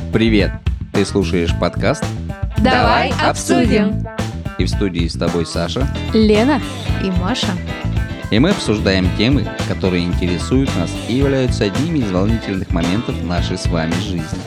Привет! Ты слушаешь подкаст Давай обсудим. И в студии с тобой Саша, Лена и Маша. и мы обсуждаем темы, которые интересуют нас и являются одними из волнительных моментов нашей с вами жизни.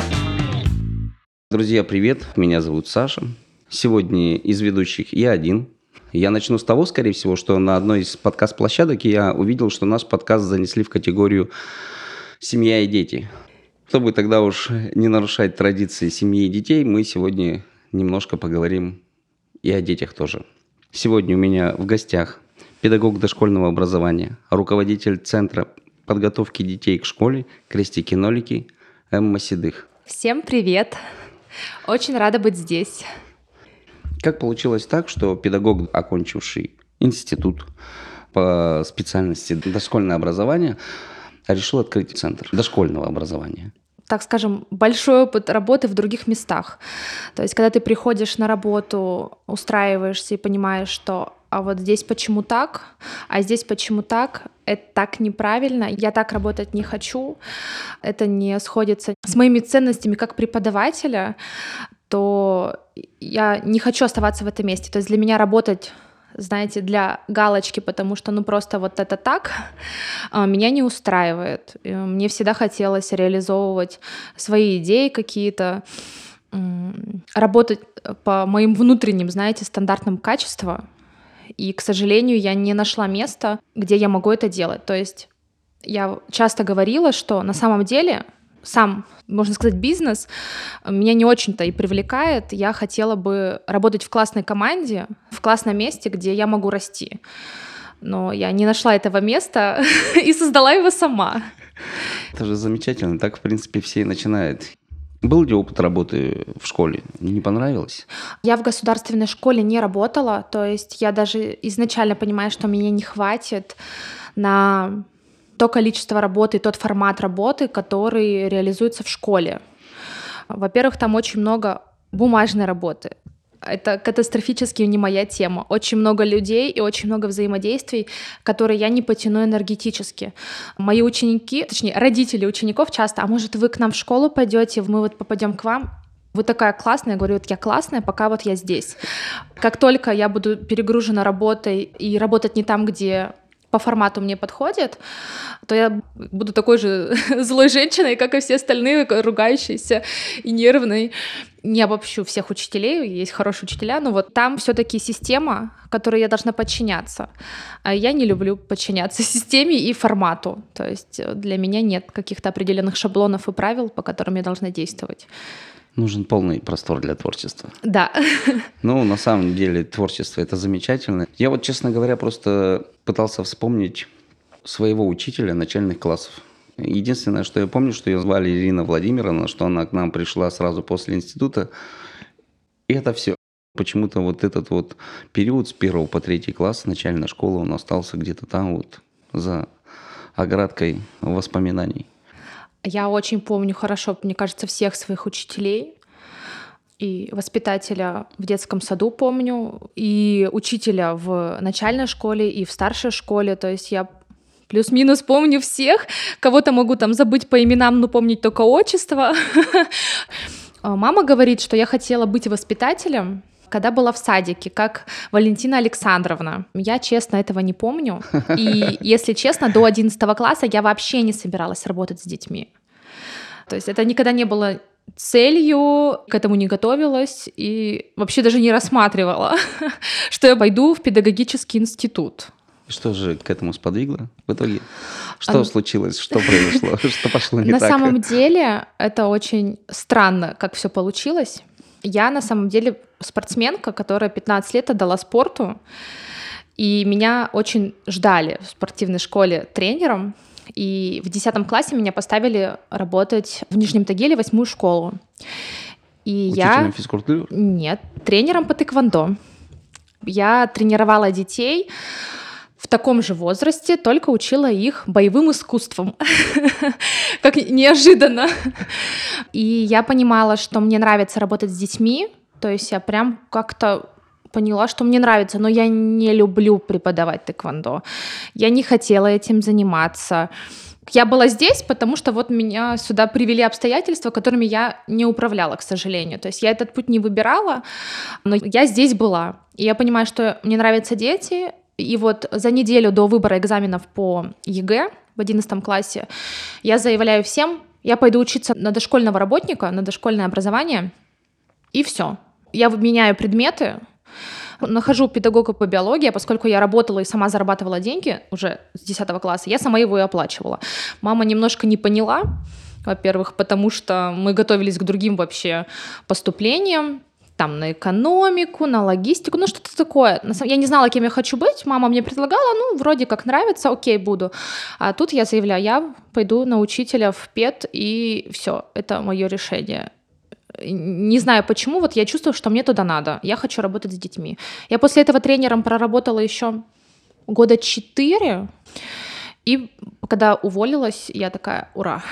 Друзья, привет! Меня зовут Саша. Сегодня из ведущих я один. Я начну с того, скорее всего, что на одной из подкаст-площадок я увидел, что наш подкаст занесли в категорию «Семья и дети». Чтобы тогда уж не нарушать традиции семьи и детей, мы сегодня немножко поговорим и о детях тоже. Сегодня у меня в гостях педагог дошкольного образования, руководитель Центра подготовки детей к школе «Крестики-нолики» Эмма Седых. Всем привет! Очень рада быть здесь. Как получилось так, что педагог, окончивший институт по специальности дошкольное образование, решил открыть центр дошкольного образования? Так скажем, большой опыт работы в других местах. То есть, когда ты приходишь на работу, устраиваешься и понимаешь, что а вот здесь почему так, а здесь почему так, это так неправильно, я так работать не хочу, это не сходится с моими ценностями как преподавателя, то я не хочу оставаться в этом месте. То есть для меня работать, знаете, для галочки, потому что просто вот это так, меня не устраивает. Мне всегда хотелось реализовывать свои идеи какие-то, работать по моим внутренним, знаете, стандартам качества. И, к сожалению, я не нашла места, где я могу это делать. То есть я часто говорила, что на самом деле сам, можно сказать, бизнес меня не очень-то и привлекает. Я хотела бы работать в классной команде, в классном месте, где я могу расти. Но я не нашла этого места и создала его сама. Это же замечательно. Так, в принципе, все и начинают. Был ли опыт работы в школе? Не понравилось? Я в государственной школе не работала. То есть я даже изначально понимаю, что меня не хватит на то количество работы, тот формат работы, который реализуется в школе. Во-первых, там очень много бумажной работы. Это катастрофически не моя тема. Очень много людей и очень много взаимодействий, которые я не потяну энергетически. Мои ученики, точнее, родители учеников часто: а может, вы к нам в школу пойдете, мы вот попадем к вам? Вы такая классная. Я говорю, вот я классная, пока вот я здесь. Как только я буду перегружена работой и работать не там, где по формату мне подходит, то я буду такой же злой женщиной, как и все остальные, ругающейся и нервной. Не обобщу всех учителей, есть хорошие учителя, но вот там все-таки система, которой я должна подчиняться. А я не люблю подчиняться системе и формату. То есть для меня нет каких-то определенных шаблонов и правил, по которым я должна действовать. Нужен полный простор для творчества. Да. Ну, на самом деле, творчество – это замечательно. Я вот, честно говоря, просто пытался вспомнить своего учителя начальных классов. Единственное, что я помню, что ее звали Ирина Владимировна, что она к нам пришла сразу после института. И это все. Почему-то вот этот вот период с 1 по 3 класс начальной школы, он остался где-то там вот за оградкой воспоминаний. Я очень помню хорошо, мне кажется, всех своих учителей. И воспитателя в детском саду помню, и учителя в начальной школе, и в старшей школе. То есть я плюс-минус помню всех. Кого-то могу там забыть по именам, но помнить только отчество. Мама говорит, что я хотела быть воспитателем, когда была в садике, как Валентина Александровна. Я, честно, этого не помню. И, если честно, до 11 класса я вообще не собиралась работать с детьми. То есть это никогда не было целью, к этому не готовилась и вообще даже не рассматривала, что я пойду в педагогический институт. Что же к этому сподвигло в итоге? Что случилось? Что произошло? Что пошло не так? На самом деле это очень странно, как все получилось. Я на самом деле спортсменка, которая 15 лет отдала спорту, и меня очень ждали в спортивной школе тренером. И в 10 классе меня поставили работать в Нижнем Тагиле 8-ю школу. И учителем физкультуры? Нет, тренером по тэквондо. Я тренировала детей в таком же возрасте, только учила их боевым искусствам. Как неожиданно. И я понимала, что мне нравится работать с детьми. То есть я прям как-то поняла, что мне нравится, но я не люблю преподавать тэквондо. Я не хотела этим заниматься. Я была здесь, потому что вот меня сюда привели обстоятельства, которыми я не управляла, к сожалению. То есть я этот путь не выбирала, но я здесь была. И я понимаю, что мне нравятся дети. И вот за неделю до выбора экзаменов по ЕГЭ в 11 классе я заявляю всем, я пойду учиться на дошкольного работника, на дошкольное образование, и все. Я меняю предметы, нахожу педагога по биологии, а поскольку я работала и сама зарабатывала деньги уже с 10 класса, я сама его и оплачивала. Мама немножко не поняла, во-первых, потому что мы готовились к другим вообще поступлениям, там на экономику, на логистику, ну что-то такое. Я не знала, кем я хочу быть, мама мне предлагала, ну вроде как нравится, окей, буду. А тут я заявляю, я пойду на учителя в ПЕД, и все, это мое решение. Не знаю почему, вот я чувствую, что мне туда надо. Я хочу работать с детьми. Я после этого тренером проработала еще 4 года. И когда уволилась, я такая, ура.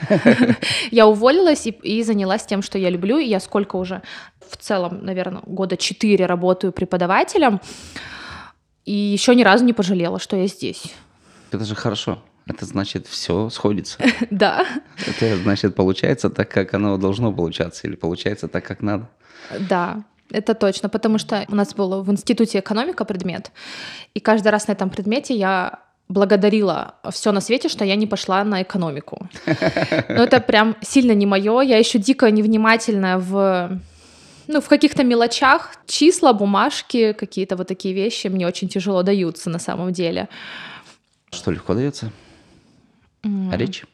Я уволилась и занялась тем, что я люблю. И я сколько уже в целом, наверное, 4 года работаю преподавателем. И еще ни разу не пожалела, что я здесь. Это же хорошо. Это значит, все сходится. Да. Это значит, получается так, как оно должно получаться, или получается так, как надо. Да, это точно, потому что у нас был в институте экономика предмет, и каждый раз на этом предмете я благодарила все на свете, что я не пошла на экономику. Но это прям сильно не мое. Я еще дико невнимательная в каких-то мелочах. Числа, бумажки, какие-то вот такие вещи мне очень тяжело даются на самом деле. Что легко дается? Речь?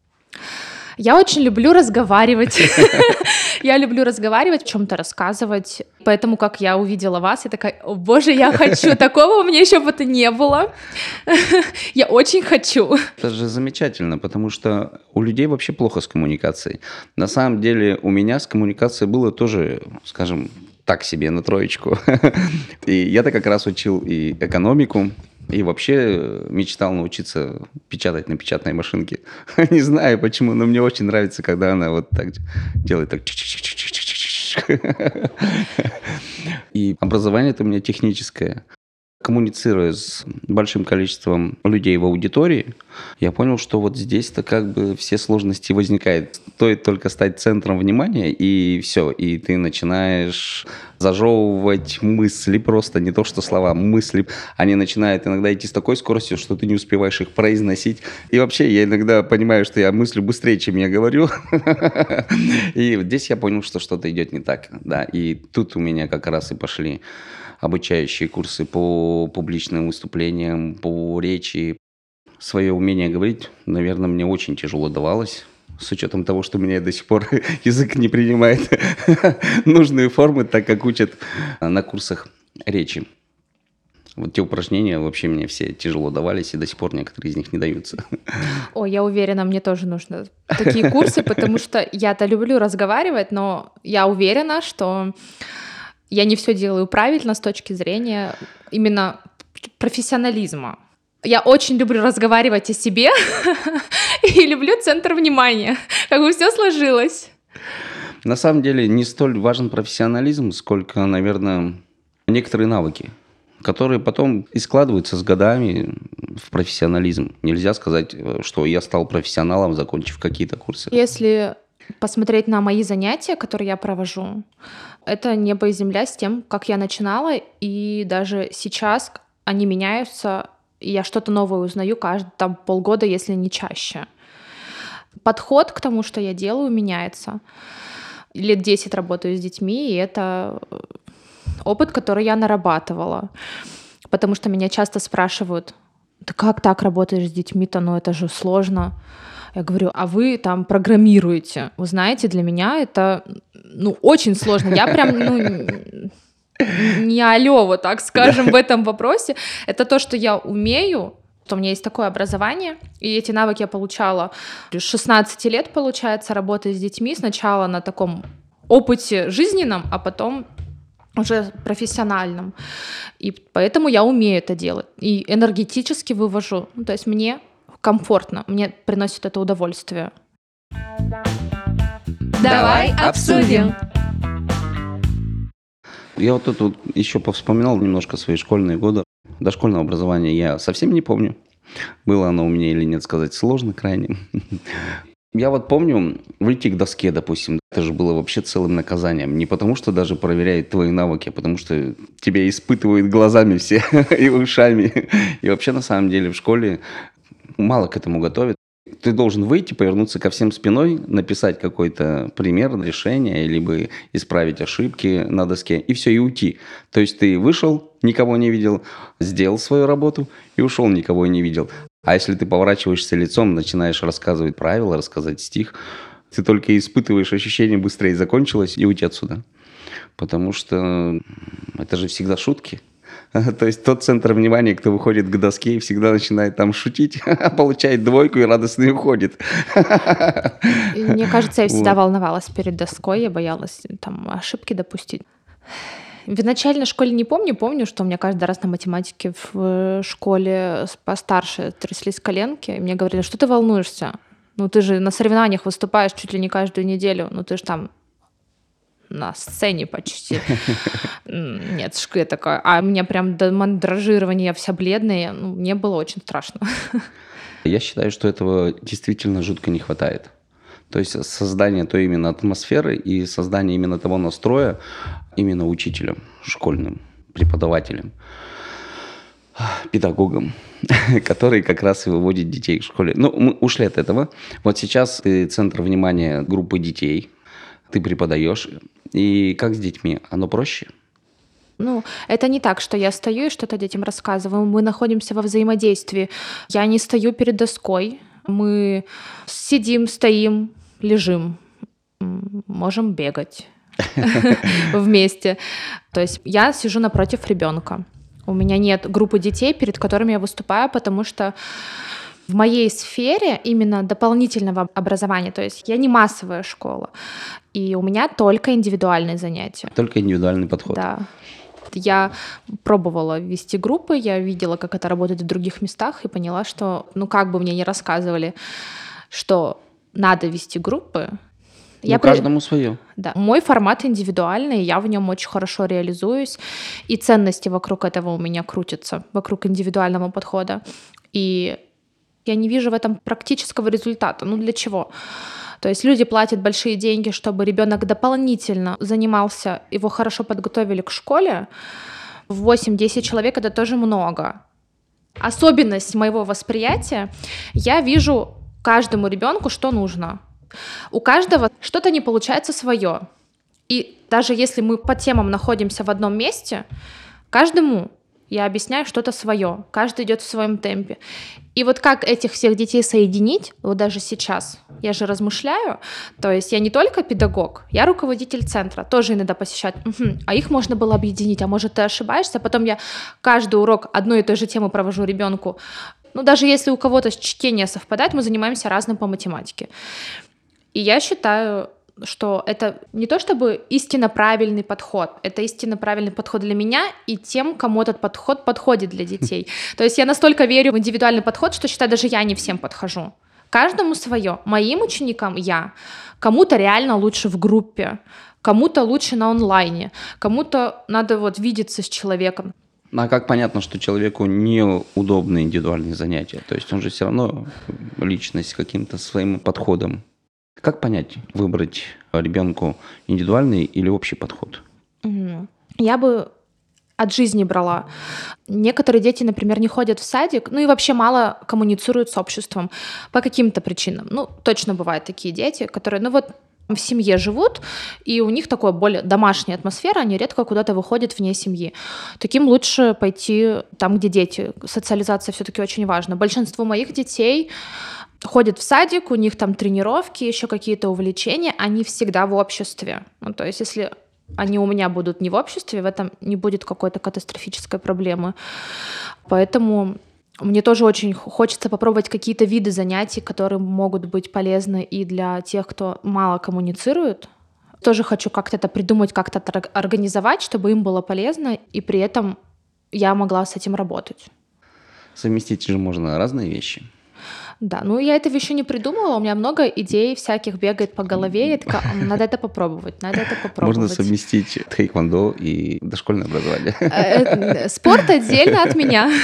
Я очень люблю разговаривать. Я люблю разговаривать, о чем-то рассказывать. Поэтому, как я увидела вас, я такая, о боже, я хочу. Такого у меня еще бы не было. Я очень хочу. Это же замечательно, потому что у людей вообще плохо с коммуникацией. На самом деле у меня с коммуникацией было тоже, скажем, так себе, на 3. И я-то как раз учил и экономику, и вообще мечтал научиться печатать на печатной машинке. Не знаю почему, но мне очень нравится, когда она вот так делает так. И образование-то у меня техническое. Коммуницируя с большим количеством людей в аудитории, я понял, что вот здесь-то как бы все сложности возникают. Стоит только стать центром внимания, и все, и ты начинаешь зажевывать мысли, просто не то что слова, мысли. Они начинают иногда идти с такой скоростью, что ты не успеваешь их произносить. И вообще я иногда понимаю, что я мыслю быстрее, чем я говорю. И здесь я понял, что что-то идет не так. Да, и тут у меня как раз и пошли обучающие курсы по публичным выступлениям, по речи. Свое умение говорить, наверное, мне очень тяжело давалось, с учетом того, что у меня до сих пор язык не принимает нужные формы, так как учат на курсах речи. Вот те упражнения вообще мне все тяжело давались, и до сих пор некоторые из них не даются. О, я уверена, мне тоже нужны такие курсы, потому что я-то люблю разговаривать, но я уверена, что я не все делаю правильно с точки зрения именно профессионализма. Я очень люблю разговаривать о себе и люблю центр внимания. Как бы все сложилось. На самом деле не столь важен профессионализм, сколько, наверное, некоторые навыки, которые потом и складываются с годами в профессионализм. Нельзя сказать, что я стал профессионалом, закончив какие-то курсы. Если посмотреть на мои занятия, которые я провожу, это небо и земля с тем, как я начинала, и даже сейчас они меняются, и я что-то новое узнаю каждые полгода, если не чаще. Подход к тому, что я делаю, меняется. Лет 10 работаю с детьми, и это опыт, который я нарабатывала. Потому что меня часто спрашивают, ты как так работаешь с детьми-то, ну это же сложно. Я говорю, а вы там программируете. Вы знаете, для меня это очень сложно. Я прям не алёва, так скажем, в этом вопросе. Это то, что я умею, что у меня есть такое образование, и эти навыки я получала с 16 лет, получается, работая с детьми. Сначала на таком опыте жизненном, а потом уже профессиональном. И поэтому я умею это делать. И энергетически вывожу. То есть мне комфортно, мне приносит это удовольствие. Давай обсудим. Я вот тут еще повспоминал немножко свои школьные годы. Дошкольного образования я совсем не помню. Было оно у меня или нет, сказать сложно крайне. Я вот помню, выйти к доске, допустим, это же было вообще целым наказанием. Не потому, что даже проверяют твои навыки, а потому что тебя испытывают глазами все и ушами. И вообще, на самом деле, в школе мало к этому готовят. Ты должен выйти, повернуться ко всем спиной, написать какой-то пример, решение, либо исправить ошибки на доске, и все, и уйти. То есть ты вышел, никого не видел, сделал свою работу и ушел, никого не видел. А если ты поворачиваешься лицом, начинаешь рассказывать правила, рассказать стих, ты только испытываешь ощущение быстрее закончилось и уйти отсюда. Потому что это же всегда шутки. То есть тот центр внимания, кто выходит к доске и всегда начинает там шутить, получает двойку и радостно уходит. И мне кажется, я всегда волновалась перед доской, я боялась там ошибки допустить. В начальной школе не помню. Помню, что у меня каждый раз на математике в школе постарше тряслись коленки. И мне говорили, что ты волнуешься? Ну ты же на соревнованиях выступаешь чуть ли не каждую неделю. Ну ты же там на сцене почти. Нет, я такая... А у меня прям до мандражирования, я вся бледная. Ну, мне было очень страшно. Я считаю, что этого действительно жутко не хватает. То есть создание той именно атмосферы и создание именно того настроя именно учителем, школьным, преподавателем, педагогом, который как раз и выводит детей в школе. Ну, мы ушли от этого. Вот сейчас ты центр внимания группы детей, ты преподаешь. И как с детьми? Оно проще? Ну, это не так, что я стою и что-то детям рассказываю. Мы находимся во взаимодействии. Я не стою перед доской. Мы сидим, стоим, лежим, можем бегать вместе. То есть я сижу напротив ребенка. У меня нет группы детей, перед которыми я выступаю, потому что в моей сфере именно дополнительного образования, то есть я не массовая школа, и у меня только индивидуальные занятия. Только индивидуальный подход. Да. Я пробовала вести группы, я видела, как это работает в других местах, и поняла, что, ну как бы мне ни рассказывали, что надо вести группы. Каждому свое. Да. Мой формат индивидуальный, я в нем очень хорошо реализуюсь, и ценности вокруг этого у меня крутятся, вокруг индивидуального подхода. И я не вижу в этом практического результата. Ну для чего? То есть люди платят большие деньги, чтобы ребенок дополнительно занимался, его хорошо подготовили к школе. 8-10 человек — это тоже много. Особенность моего восприятия — я вижу каждому ребенку, что нужно. У каждого что-то не получается свое. И даже если мы по темам находимся в одном месте, каждому я объясняю что-то свое. Каждый идет в своем темпе. И вот как этих всех детей соединить, вот даже сейчас, я же размышляю, то есть я не только педагог, я руководитель центра, тоже иногда посещаю, а их можно было объединить, а может ты ошибаешься, потом я каждый урок одной и той же темы провожу ребенку. Ну даже если у кого-то чтение совпадает, мы занимаемся разным по математике. И я считаю, что это не то чтобы истинно правильный подход, это истинно правильный подход для меня и тем, кому этот подход подходит для детей. То есть я настолько верю в индивидуальный подход, что считаю, даже я не всем подхожу. Каждому свое. Моим ученикам я. Кому-то реально лучше в группе, кому-то лучше на онлайне, кому-то надо вот видеться с человеком. А как понятно, что человеку неудобны индивидуальные занятия? То есть он же все равно личность с каким-то своим подходом. Как понять, выбрать ребенку индивидуальный или общий подход? Я бы от жизни брала. Некоторые дети, например, не ходят в садик, ну и вообще мало коммуницируют с обществом по каким-то причинам. Ну, точно бывают такие дети, которые, ну вот, в семье живут, и у них такая более домашняя атмосфера, они редко куда-то выходят вне семьи. Таким лучше пойти там, где дети. Социализация все-таки очень важна. Большинство моих детей ходят в садик, у них там тренировки, еще какие-то увлечения, они всегда в обществе. Ну, то есть если они у меня будут не в обществе, в этом не будет какой-то катастрофической проблемы. Поэтому мне тоже очень хочется попробовать какие-то виды занятий, которые могут быть полезны и для тех, кто мало коммуницирует. Тоже хочу как-то это придумать, как-то это организовать, чтобы им было полезно, и при этом я могла с этим работать. Совместить же можно разные вещи. Да, ну я этого еще не придумала, у меня много идей всяких бегает по голове, я такая, надо это попробовать, надо это попробовать. Можно совместить тхэквондо и дошкольное образование. Спорт отдельно от меня.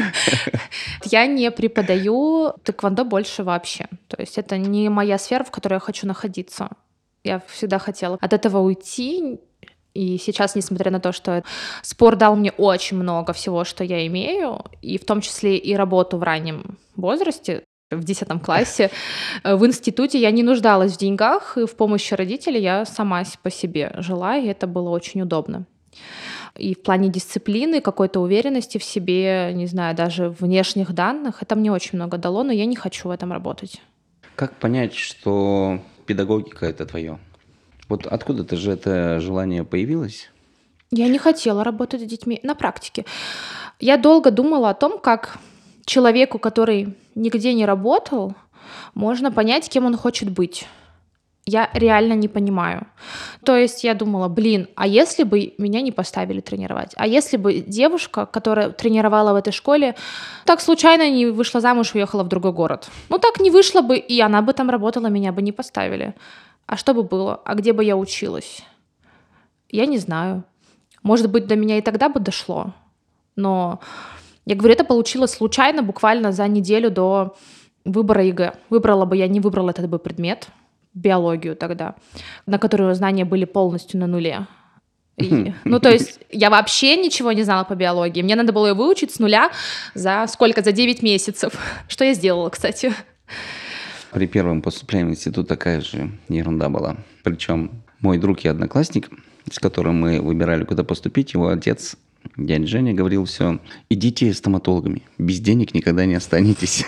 Я не преподаю тхэквондо больше вообще. То есть это не моя сфера, в которой я хочу находиться. Я всегда хотела от этого уйти. И сейчас, несмотря на то, что спорт дал мне очень много всего, что я имею, и в том числе и работу в раннем возрасте, в 10 классе, в институте я не нуждалась в деньгах, и в помощи родителей я сама по себе жила, и это было очень удобно. И в плане дисциплины, какой-то уверенности в себе, не знаю, даже внешних данных, это мне очень много дало, но я не хочу в этом работать. Как понять, что педагогика — это твое? Вот откуда-то же это желание появилось? Я не хотела работать с детьми на практике. Я долго думала о том, как человеку, который нигде не работал, можно понять, кем он хочет быть. Я реально не понимаю. То есть я думала, а если бы меня не поставили тренировать? А если бы девушка, которая тренировала в этой школе, так случайно не вышла замуж, уехала в другой город? Ну так не вышло бы, и она бы там работала, меня бы не поставили. А что бы было? А где бы я училась? Я не знаю. Может быть, до меня и тогда бы дошло. Но, я говорю, это получилось случайно, буквально за неделю до выбора ЕГЭ. Не выбрала этот бы предмет, биологию тогда, на которую знания были полностью на нуле. Ну, то есть я вообще ничего не знала по биологии. Мне надо было ее выучить с нуля за 9 месяцев. Что я сделала, кстати. При первом поступлении в институт такая же ерунда была. Причем мой друг и одноклассник, с которым мы выбирали, куда поступить, его отец, дядя Женя, говорил все: идите стоматологами, без денег никогда не останетесь.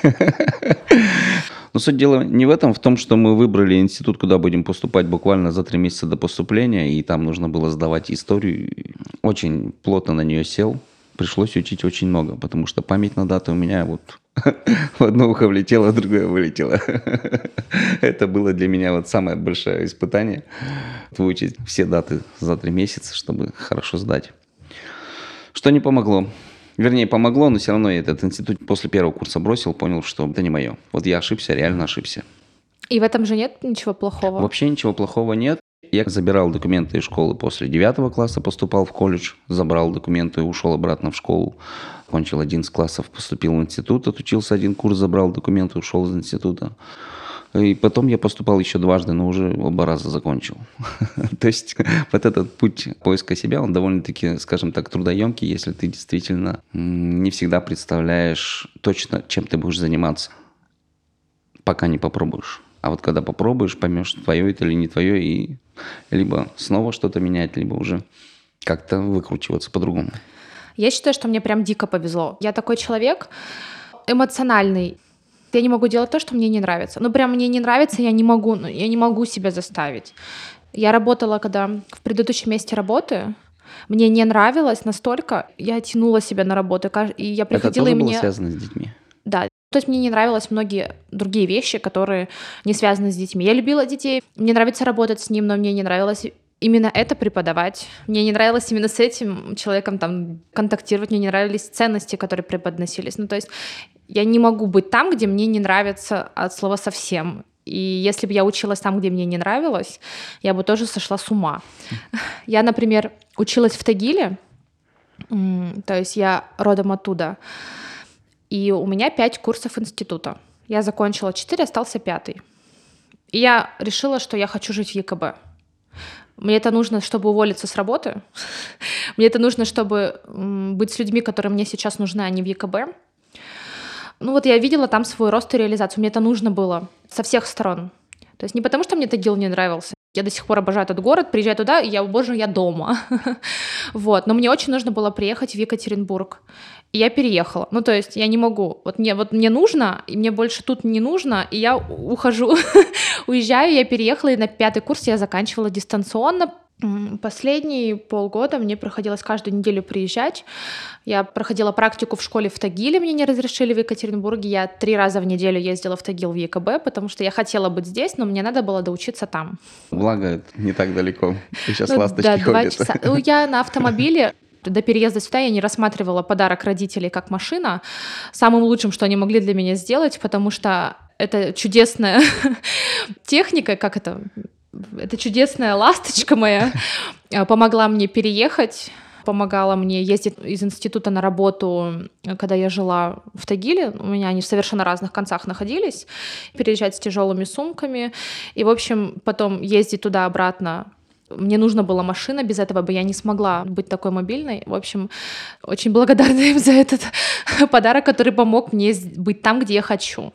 Но суть дела не в этом, в том, что мы выбрали институт, куда будем поступать буквально за 3 месяца до поступления, и там нужно было сдавать историю. Очень плотно на нее сел. Пришлось учить очень много, потому что память на даты у меня вот в одно ухо влетело, в другое вылетело. Это было для меня вот самое большое испытание. Выучить все даты за 3 месяца, чтобы хорошо сдать. Что не помогло. Вернее, помогло, но все равно я этот институт после первого курса бросил, понял, что это не мое. Вот я ошибся, реально ошибся. И в этом же нет ничего плохого? Вообще ничего плохого нет. Я забирал документы из школы после 9 класса, поступал в колледж, забрал документы и ушел обратно в школу. Кончил 11 классов, поступил в институт, отучился 1 курс, забрал документы, ушел из института. И потом я поступал еще дважды, но уже оба раза закончил. То есть вот этот путь поиска себя, он довольно-таки, скажем так, трудоемкий, если ты действительно не всегда представляешь точно, чем ты будешь заниматься, пока не попробуешь. А вот когда попробуешь, поймешь, твое это или не твое, и либо снова что-то менять, либо уже как-то выкручиваться по-другому. Я считаю, что мне прям дико повезло. Я такой человек эмоциональный. Я не могу делать то, что мне не нравится. Ну, прям мне не нравится, я не могу себя заставить. Я работала, когда в предыдущем месте работы, мне не нравилось настолько, я тянула себя на работу, и я приходила, это тоже и было связано с детьми? Да. То есть мне не нравились многие другие вещи, которые не связаны с детьми. Я любила детей, мне нравится работать с ним, но мне не нравилось именно это преподавать. Мне не нравилось именно с этим человеком там контактировать, мне не нравились ценности, которые преподносились. Ну, то есть я не могу быть там, где мне не нравится от слова совсем. И если бы я училась там, где мне не нравилось, я бы тоже сошла с ума. Я, например, училась в Тагиле, то есть я родом оттуда, и у меня 5 курсов института. Я закончила 4, остался 5. И я решила, что я хочу жить в ЕКБ. Мне это нужно, чтобы уволиться с работы. Мне это нужно, чтобы быть с людьми, которые мне сейчас нужны, а не в ЕКБ. Ну вот я видела там свой рост и реализацию. Мне это нужно было со всех сторон. То есть не потому, что мне Тагил не нравился. Я до сих пор обожаю этот город, приезжаю туда, и я дома. Вот. Но мне очень нужно было приехать в Екатеринбург. И я переехала. Ну, то есть я не могу. Вот мне нужно, и мне больше тут не нужно, и я ухожу. Уезжаю, я переехала, и на 5 курс я заканчивала дистанционно. Последние полгода мне приходилось каждую неделю приезжать. Я проходила практику в школе в Тагиле, мне не разрешили в Екатеринбурге. Я 3 раза в неделю ездила в Тагил в ЕКБ, потому что я хотела быть здесь, но мне надо было доучиться там. Благо, это не так далеко. И сейчас ласточки ходят. 2 часа. Ну, я на автомобиле До переезда сюда я не рассматривала подарок родителей как машина самым лучшим, что они могли для меня сделать, потому что это чудесная техника, как это? Это чудесная ласточка моя помогла мне переехать, помогала мне ездить из института на работу, когда я жила в Тагиле. У меня они в совершенно разных концах находились. Переезжать с тяжелыми сумками. И, в общем, потом ездить туда-обратно. Мне нужна была машина, без этого бы я не смогла быть такой мобильной. В общем, очень благодарна им за этот подарок, который помог мне быть там, где я хочу.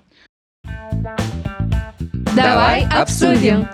Давай обсудим.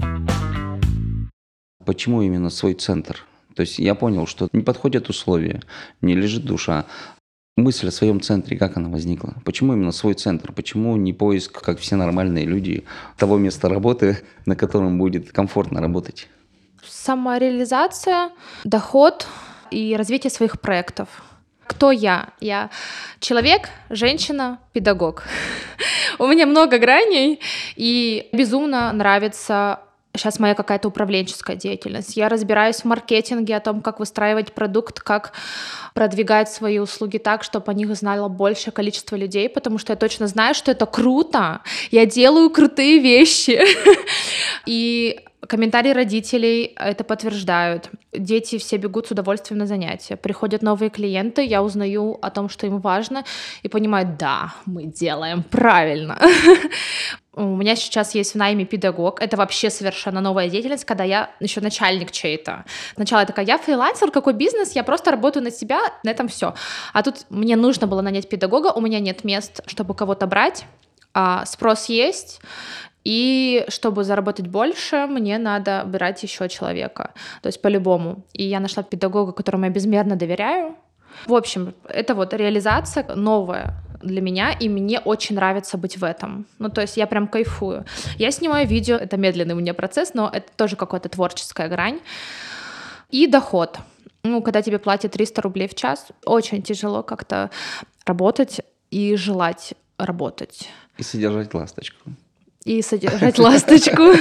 Почему именно свой центр? То есть я понял, что не подходят условия, не лежит душа. Мысль о своем центре, как она возникла? Почему именно свой центр? Почему не поиск, как все нормальные люди, того места работы, на котором будет комфортно работать? Самореализация, доход и развитие своих проектов. Кто я? Я человек, женщина, педагог. У меня много граней, и безумно нравится сейчас моя какая-то управленческая деятельность. Я разбираюсь в маркетинге, о том, как выстраивать продукт, как продвигать свои услуги так, чтобы о них знало большее количество людей, потому что я точно знаю, что это круто. Я делаю крутые вещи. И комментарии родителей это подтверждают. Дети все бегут с удовольствием на занятия. Приходят новые клиенты, я узнаю о том, что им важно, и понимаю, да, мы делаем правильно. У меня сейчас есть в найме педагог. Это вообще совершенно новая деятельность, когда я еще начальник чей-то. Сначала я такая, я фрилансер, какой бизнес, я просто работаю на себя, на этом все. А тут мне нужно было нанять педагога, у меня нет мест, чтобы кого-то брать, а спрос есть. И чтобы заработать больше, мне надо брать еще человека. То есть по-любому. И я нашла педагога, которому я безмерно доверяю. В общем, это вот реализация новая для меня, и мне очень нравится быть в этом. Ну, то есть я прям кайфую. Я снимаю видео, это медленный у меня процесс, но это тоже какая-то творческая грань. И доход. Ну, когда тебе платят 300 рублей в час, очень тяжело как-то работать и желать работать. И содержать ласточку. И содержать ласточку.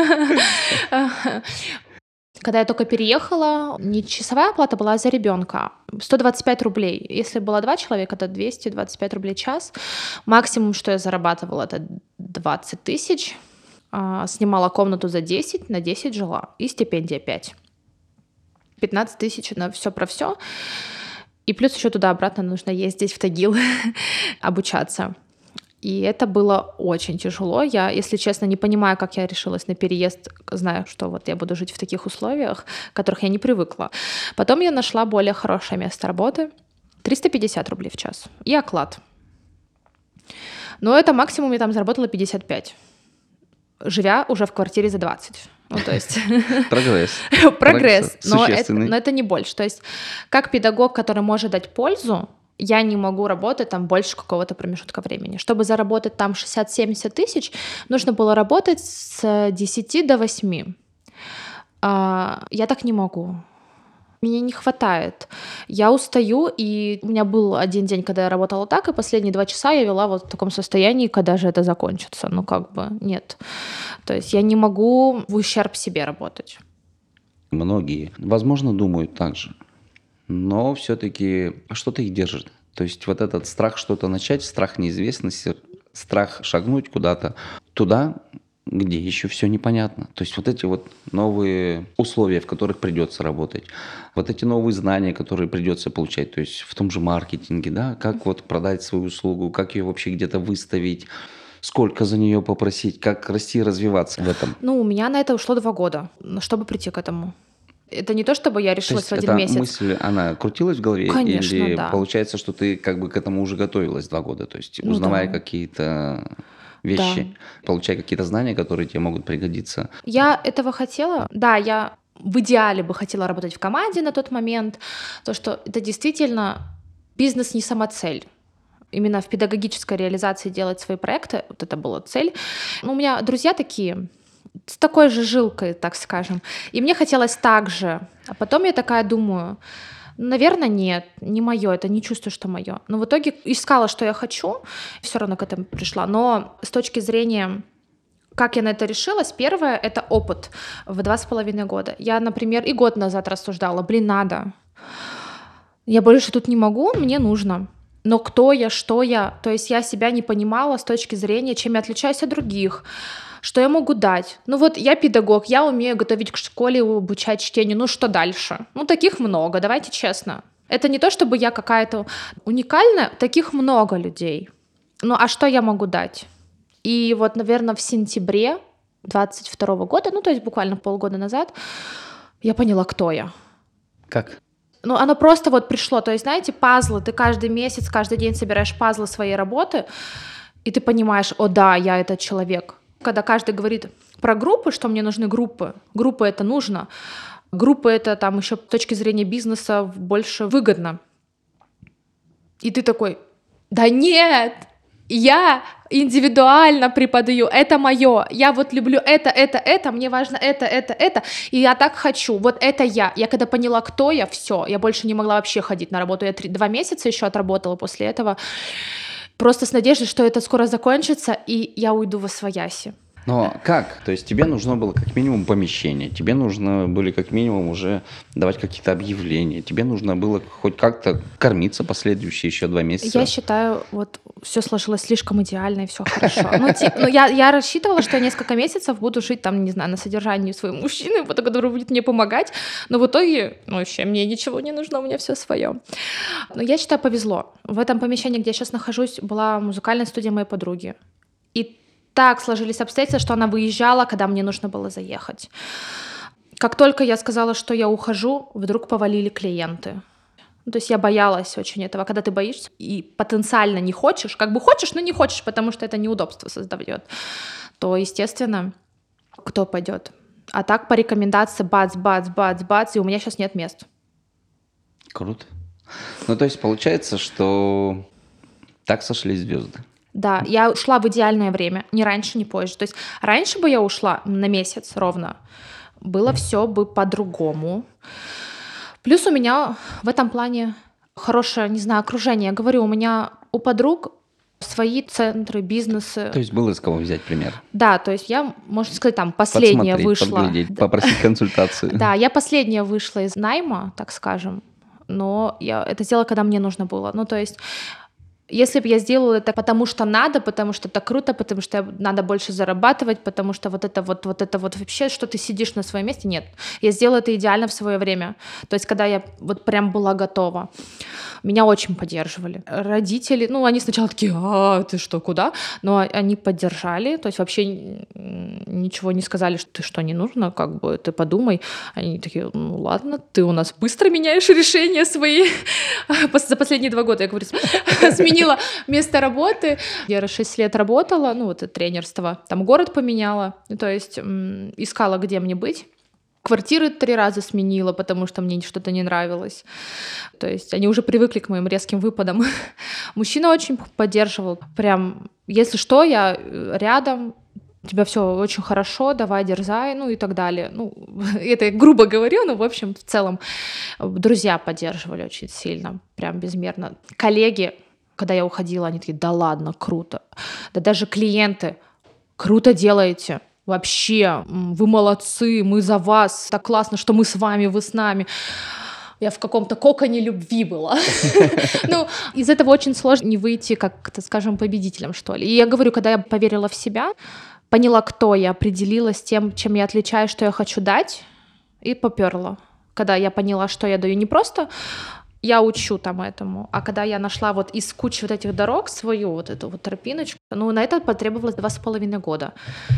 Когда я только переехала, не часовая оплата была за ребенка. 125 рублей. Если было 2 человека, то 225 рублей в час. Максимум, что я зарабатывала, это 20 тысяч. Снимала комнату за 10, на 10 жила. И стипендия 5. 15 тысяч на все про все. И плюс еще туда-обратно нужно ездить в Тагил, обучаться. И это было очень тяжело. Я, если честно, не понимаю, как я решилась на переезд, зная, что вот я буду жить в таких условиях, к которых я не привыкла. Потом я нашла более хорошее место работы. 350 рублей в час. И оклад. Но это максимум я там заработала 55. Живя уже в квартире за 20. Ну, то есть... Прогресс. Но это не больше. То есть как педагог, который может дать пользу, я не могу работать там больше какого-то промежутка времени. Чтобы заработать там 60-70 тысяч, нужно было работать с 10 до 8. Я так не могу. Мне не хватает. Я устаю, и у меня был один день, когда я работала так, и последние 2 часа я вела вот в таком состоянии, когда же это закончится. Ну, как бы нет. То есть я не могу в ущерб себе работать. Многие, возможно, думают так же. Но все-таки что-то их держит. То есть вот этот страх что-то начать, страх неизвестности, страх шагнуть куда-то туда, где еще все непонятно. То есть вот эти вот новые условия, в которых придется работать, вот эти новые знания, которые придется получать, то есть в том же маркетинге, да, как вот продать свою услугу, как ее вообще где-то выставить, сколько за нее попросить, как расти и развиваться в этом. Ну, у меня на это ушло 2 года, чтобы прийти к этому. Это не то, чтобы я решилась в один месяц. Мысль, она крутилась в голове? Конечно, или да. Получается, что ты как бы к этому уже готовилась 2 года? То есть узнавая какие-то вещи, получая какие-то знания, которые тебе могут пригодиться? Я этого хотела. Да, я в идеале бы хотела работать в команде на тот момент. То, что это действительно бизнес не самоцель. Именно в педагогической реализации делать свои проекты, вот это была цель. У меня друзья такие... с такой же жилкой, так скажем. И мне хотелось так же. А потом я такая думаю, наверное, нет, не мое, это не чувствую, что мое. Но в итоге искала, что я хочу, все равно к этому пришла. Но с точки зрения, как я на это решилась, первое — это опыт в 2,5 года. Я, например, и год назад рассуждала, надо. Я больше тут не могу, мне нужно. Но кто я, что я? То есть я себя не понимала с точки зрения, чем я отличаюсь от других, что я могу дать. Ну вот я педагог, я умею готовить к школе, обучать чтению. Ну что дальше? Ну таких много, давайте честно. Это не то, чтобы я какая-то уникальная, таких много людей. Ну а что я могу дать? И вот, наверное, в сентябре 22 года, ну то есть буквально полгода назад, я поняла, кто я. Как? Ну, оно просто вот пришло. То есть, знаете, пазлы. Ты каждый месяц, каждый день собираешь пазлы своей работы, и ты понимаешь, о да, я этот человек. Когда каждый говорит про группы, что мне нужны группы, группы это нужно, группы это там еще с точки зрения бизнеса больше выгодно. И ты такой, да нет, я индивидуально преподаю, это мое, я вот люблю это, мне важно это, и я так хочу, вот это я. Я когда поняла, кто я, все, я больше не могла вообще ходить на работу. Я 2 месяца еще отработала после этого, просто с надеждой, что это скоро закончится, и я уйду восвояси. Но как? То есть тебе нужно было как минимум помещение, тебе нужно были как минимум уже давать какие-то объявления, тебе нужно было хоть как-то кормиться последующие еще 2 месяца. Я считаю, вот все сложилось слишком идеально и все хорошо. Ну, я рассчитывала, что я несколько месяцев буду жить там, не знаю, на содержании своего мужчины, который будет мне помогать, но в итоге, ну, вообще мне ничего не нужно, у меня все свое. Но я считаю, повезло. В этом помещении, где я сейчас нахожусь, была музыкальная студия моей подруги. И так сложились обстоятельства, что она выезжала, когда мне нужно было заехать. Как только я сказала, что я ухожу, вдруг повалили клиенты. Ну, то есть я боялась очень этого. Когда ты боишься и потенциально не хочешь, как бы хочешь, но не хочешь, потому что это неудобство создает, то, естественно, кто пойдет? А так по рекомендации бац, и у меня сейчас нет мест. Круто. Ну, то есть получается, что так сошлись звезды. Да, я ушла в идеальное время, ни раньше, ни позже. То есть раньше бы я ушла на месяц ровно, было все бы по-другому. Плюс у меня в этом плане хорошее, не знаю, окружение. Я говорю, у меня у подруг свои центры, бизнесы. То есть было с кого взять пример? Да, то есть я, можно сказать, там последняя вышла. Подглядеть, попросить консультацию. Да, я последняя вышла из найма, так скажем, но я это сделала, когда мне нужно было. Ну, то есть если бы я сделала это потому что надо, потому что это круто, потому что надо больше зарабатывать, потому что вот это вот вообще, что ты сидишь на своем месте, нет. Я сделала это идеально в свое время. То есть когда я вот прям была готова. Меня очень поддерживали. Родители, ну, они сначала такие, ты что, куда? Но они поддержали, то есть вообще ничего не сказали, что ты что, не нужно, как бы ты подумай. Они такие, ну ладно, ты у нас быстро меняешь решения свои. За последние 2 года, я говорю, сменила место работы. Я 6 лет работала, ну, вот это тренерство. Там город поменяла, то есть искала, где мне быть. Квартиры 3 раза сменила, потому что мне что-то не нравилось. То есть они уже привыкли к моим резким выпадам. Мужчина очень поддерживал. Прям, если что, я рядом, у тебя все очень хорошо, давай, дерзай, ну и так далее. Ну, это я грубо говорю, но, в общем, в целом друзья поддерживали очень сильно, прям безмерно. Коллеги, когда я уходила, они такие, да ладно, круто. Да даже клиенты, круто делаете. Вообще, вы молодцы, мы за вас, так классно, что мы с вами, вы с нами. Я в каком-то коконе любви была. Ну, из этого очень сложно не выйти, как-то, скажем, победителем, что ли. И я говорю, когда я поверила в себя, поняла, кто я, определилась с тем, чем я отличаюсь, что я хочу дать, и попёрла. Когда я поняла, что я даю, не просто я учу там этому, а когда я нашла вот из кучи вот этих дорог свою вот эту вот тропиночку, ну, на это потребовалось 2,5 года.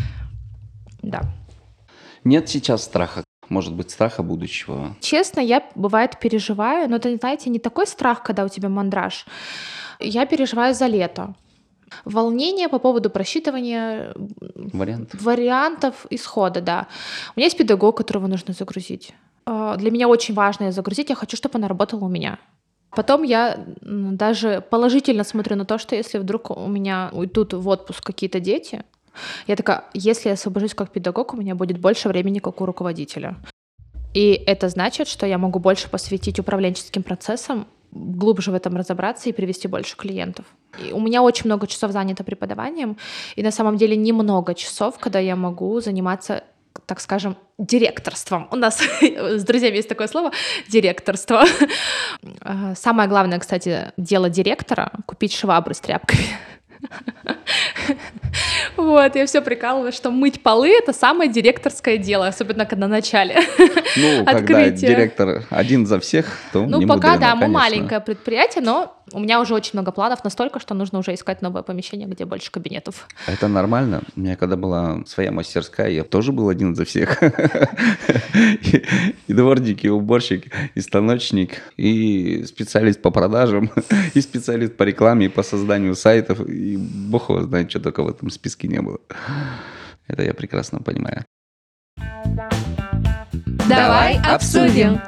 Да. Нет сейчас страха, может быть, страха будущего? Честно, я, бывает, переживаю, но это, знаете, не такой страх, когда у тебя мандраж. Я переживаю за лето. Волнение по поводу просчитывания вариантов исхода, да. У меня есть педагог, которого нужно загрузить. Для меня очень важно ее загрузить, я хочу, чтобы она работала у меня. Потом я даже положительно смотрю на то, что если вдруг у меня уйдут в отпуск какие-то дети, я такая, если я освобожусь как педагог, у меня будет больше времени, как у руководителя. И это значит, что я могу больше посвятить управленческим процессам, глубже в этом разобраться и привести больше клиентов. И у меня очень много часов занято преподаванием, и на самом деле немного часов, когда я могу заниматься так скажем, директорством. У нас с друзьями есть такое слово «директорство». Самое главное, кстати, дело директора — купить швабры с тряпками. Вот, я все прикалываюсь, что мыть полы — это самое директорское дело, особенно когда в начале когда директор один за всех, то не пока, мудрено, мы конечно. маленькое предприятие, но у меня уже очень много планов, настолько, что нужно уже искать новое помещение, где больше кабинетов. Это нормально. У меня когда была своя мастерская, я тоже был один за всех. И дворник, и уборщик, и станочник, и специалист по продажам, и специалист по рекламе, и по созданию сайтов, и бог его знает, что только в этом списке не было. Это я прекрасно понимаю. Давай обсудим.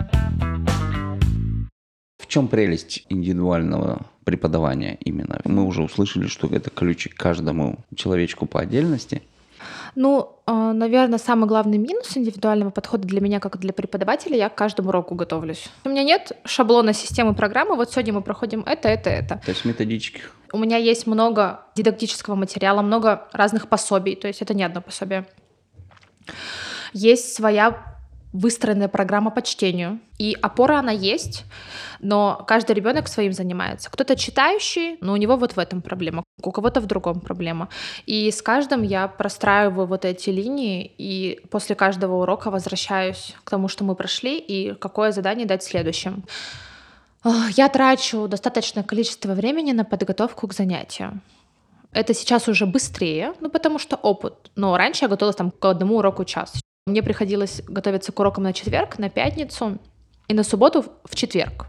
В чем прелесть индивидуального преподавания именно? Мы уже услышали, что это ключик к каждому человечку по отдельности. Наверное, самый главный минус индивидуального подхода для меня, как для преподавателя, я к каждому уроку готовлюсь. У меня нет шаблона системы программы, вот сегодня мы проходим это. То есть методички. У меня есть много дидактического материала, много разных пособий, то есть это не одно пособие. Есть своя выстроенная программа по чтению, и опора она есть, но каждый ребенок своим занимается. Кто-то читающий, но у него вот в этом проблема, у кого-то в другом проблема. И с каждым я простраиваю вот эти линии, и после каждого урока возвращаюсь к тому, что мы прошли, и какое задание дать следующим. Я трачу достаточное количество времени на подготовку к занятию. Это сейчас уже быстрее, потому что опыт. Но раньше я готовилась к одному уроку час. Мне приходилось готовиться к урокам на четверг, на пятницу и на субботу в четверг.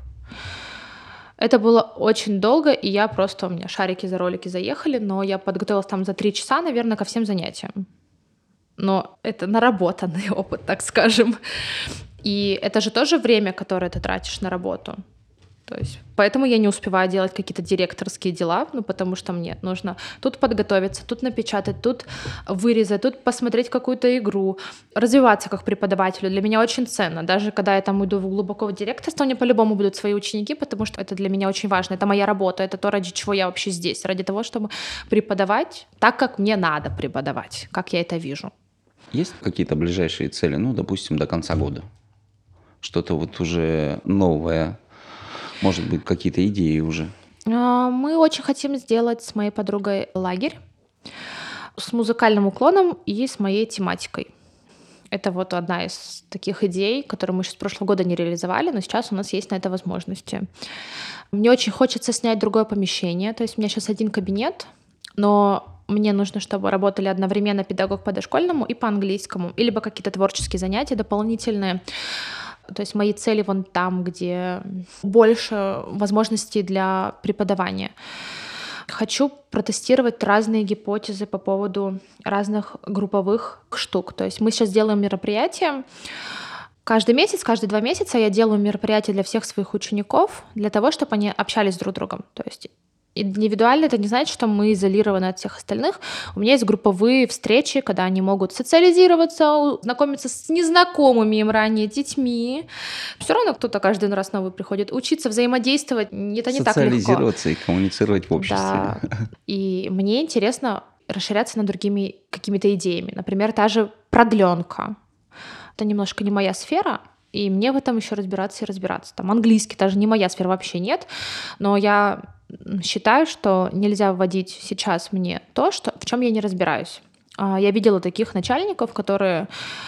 Это было очень долго, и у меня шарики за ролики заехали, но я подготовилась за 3 часа, наверное, ко всем занятиям. Но это наработанный опыт, так скажем. И это же тоже время, которое ты тратишь на работу. То есть, поэтому я не успеваю делать какие-то директорские дела, потому что мне нужно тут подготовиться, тут напечатать, тут вырезать, тут посмотреть какую-то игру, развиваться как преподавателю. Для меня очень ценно. Даже когда я иду глубоко в директорство, у меня по-любому будут свои ученики, потому что это для меня очень важно. Это моя работа, это то, ради чего я вообще здесь. Ради того, чтобы преподавать так, как мне надо преподавать, как я это вижу. Есть какие-то ближайшие цели, допустим, до конца года? Что-то уже новое? Может быть, какие-то идеи уже? Мы очень хотим сделать с моей подругой лагерь с музыкальным уклоном и с моей тематикой. Это одна из таких идей, которую мы еще с прошлого года не реализовали, но сейчас у нас есть на это возможности. Мне очень хочется снять другое помещение, то есть у меня сейчас один кабинет, но мне нужно, чтобы работали одновременно педагог по дошкольному и по английскому, либо какие-то творческие занятия дополнительные. То есть мои цели там, где больше возможностей для преподавания. Хочу протестировать разные гипотезы по поводу разных групповых штук. То есть мы сейчас делаем мероприятия. Каждый месяц, каждые 2 месяца я делаю мероприятия для всех своих учеников, для того, чтобы они общались друг с другом. То есть индивидуально это не значит, что мы изолированы от всех остальных. У меня есть групповые встречи, когда они могут социализироваться, знакомиться с незнакомыми им ранее детьми. Все равно кто-то каждый раз новый приходит. Учиться взаимодействовать, это не так легко. Социализироваться и коммуницировать в обществе. Да. И мне интересно расширяться над другими какими-то идеями. Например, та же продленка. Это немножко не моя сфера, и мне в этом еще разбираться. Английский даже не моя сфера, вообще нет. Но я считаю, что нельзя вводить сейчас мне то, в чем я не разбираюсь. Я видела таких начальников, которые,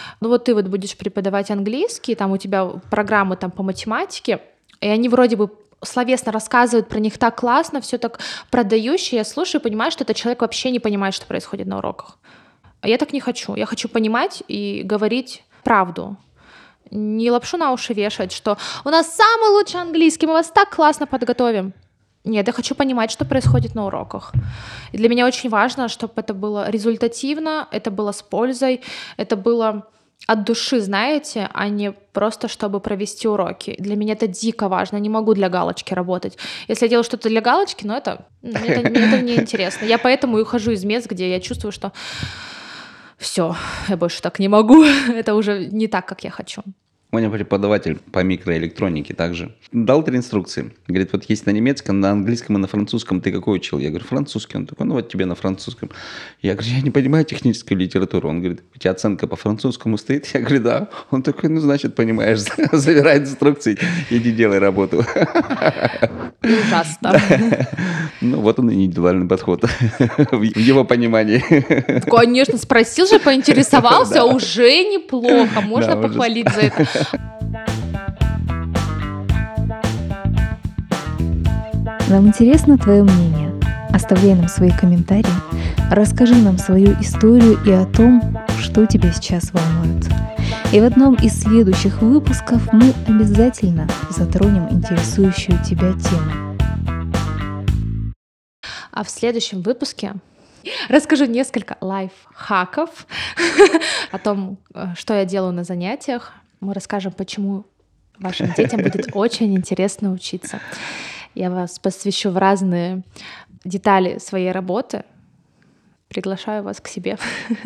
ты будешь преподавать английский, у тебя программы по математике, и они вроде бы словесно рассказывают про них так классно, все так продающе, я слушаю и понимаю, что этот человек вообще не понимает, что происходит на уроках. А я так не хочу. Я хочу понимать и говорить правду. Не лапшу на уши вешать, что у нас самый лучший английский, мы вас так классно подготовим. Нет, я хочу понимать, что происходит на уроках. И для меня очень важно, чтобы это было результативно, это было с пользой, это было от души, знаете, а не просто, чтобы провести уроки. Для меня это дико важно, не могу для галочки работать. Если я делаю что-то для галочки, это мне интересно. Я поэтому и ухожу из мест, где я чувствую, что все, я больше так не могу, это уже не так, как я хочу. У меня преподаватель по микроэлектронике также дал 3 инструкции. Говорит, вот есть на немецком, на английском и на французском. Ты какой учил? Я говорю, французский. Он такой, ну вот тебе на французском. Я говорю, я не понимаю техническую литературу. Он говорит, у тебя оценка по французскому стоит? Я говорю, да. Он такой, ну значит, понимаешь, забирай инструкции, иди делай работу. Ужасно. Ну вот он индивидуальный подход в его понимании. Конечно, спросил же, поинтересовался, уже неплохо. Можно Да, похвалить за это. Нам интересно твое мнение. Оставляй нам свои комментарии, расскажи нам свою историю и о том, что тебя сейчас волнует. И в одном из следующих выпусков мы обязательно затронем интересующую тебя тему. А в следующем выпуске расскажу несколько лайфхаков о том, что я делаю на занятиях. Мы расскажем, почему вашим детям будет очень интересно учиться. Я вас посвящу в разные детали своей работы. Приглашаю вас к себе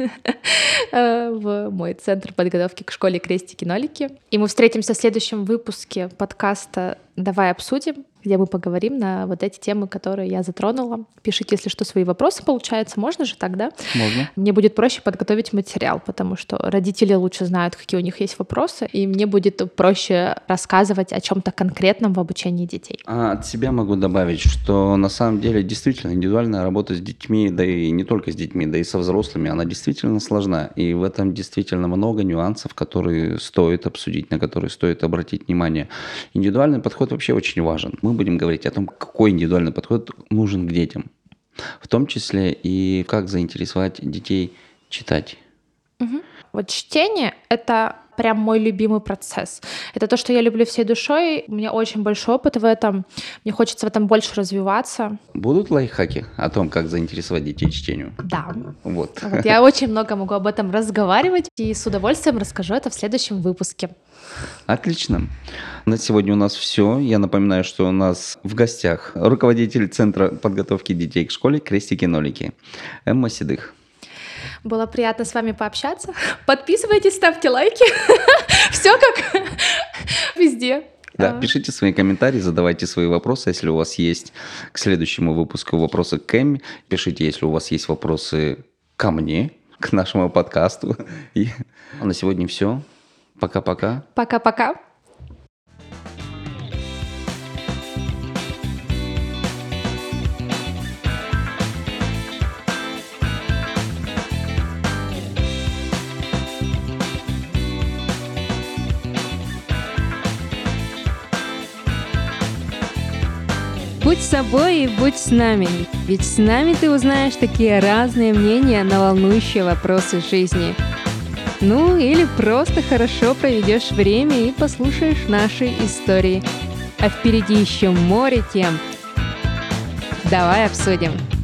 в мой центр подготовки к школе «Крестики-нолики». И мы встретимся в следующем выпуске подкаста «Давай обсудим», где мы поговорим на вот эти темы, которые я затронула. Пишите, если что, свои вопросы, получается. Можно же тогда? Можно. Мне будет проще подготовить материал, потому что родители лучше знают, какие у них есть вопросы, и мне будет проще рассказывать о чем-то конкретном в обучении детей. От себя могу добавить, что на самом деле действительно индивидуальная работа с детьми, да и не только с детьми, да и со взрослыми, она действительно сложна. И в этом действительно много нюансов, которые стоит обсудить, на которые стоит обратить внимание. Индивидуальный подход вообще очень важен. Мы будем говорить о том, какой индивидуальный подход нужен к детям. В том числе и как заинтересовать детей читать. Вот чтение — это прям мой любимый процесс. Это то, что я люблю всей душой. У меня очень большой опыт в этом. Мне хочется в этом больше развиваться. Будут лайфхаки о том, как заинтересовать детей чтению? Да. Вот. Я очень много могу об этом разговаривать, и с удовольствием расскажу это в следующем выпуске. Отлично. На сегодня у нас все. Я напоминаю, что у нас в гостях руководитель Центра подготовки детей к школе «Крестики-нолики» Эмма Седых. Было приятно с вами пообщаться. Подписывайтесь, ставьте лайки. Все как везде. Да, пишите свои комментарии, задавайте свои вопросы, если у вас есть к следующему выпуску вопросы к Эмме. Пишите, если у вас есть вопросы ко мне, к нашему подкасту. И на сегодня все. Пока-пока. Пока-пока. Будь собой и будь с нами, ведь с нами ты узнаешь такие разные мнения на волнующие вопросы жизни. Ну или просто хорошо проведешь время и послушаешь наши истории. А впереди еще море тем. Давай обсудим.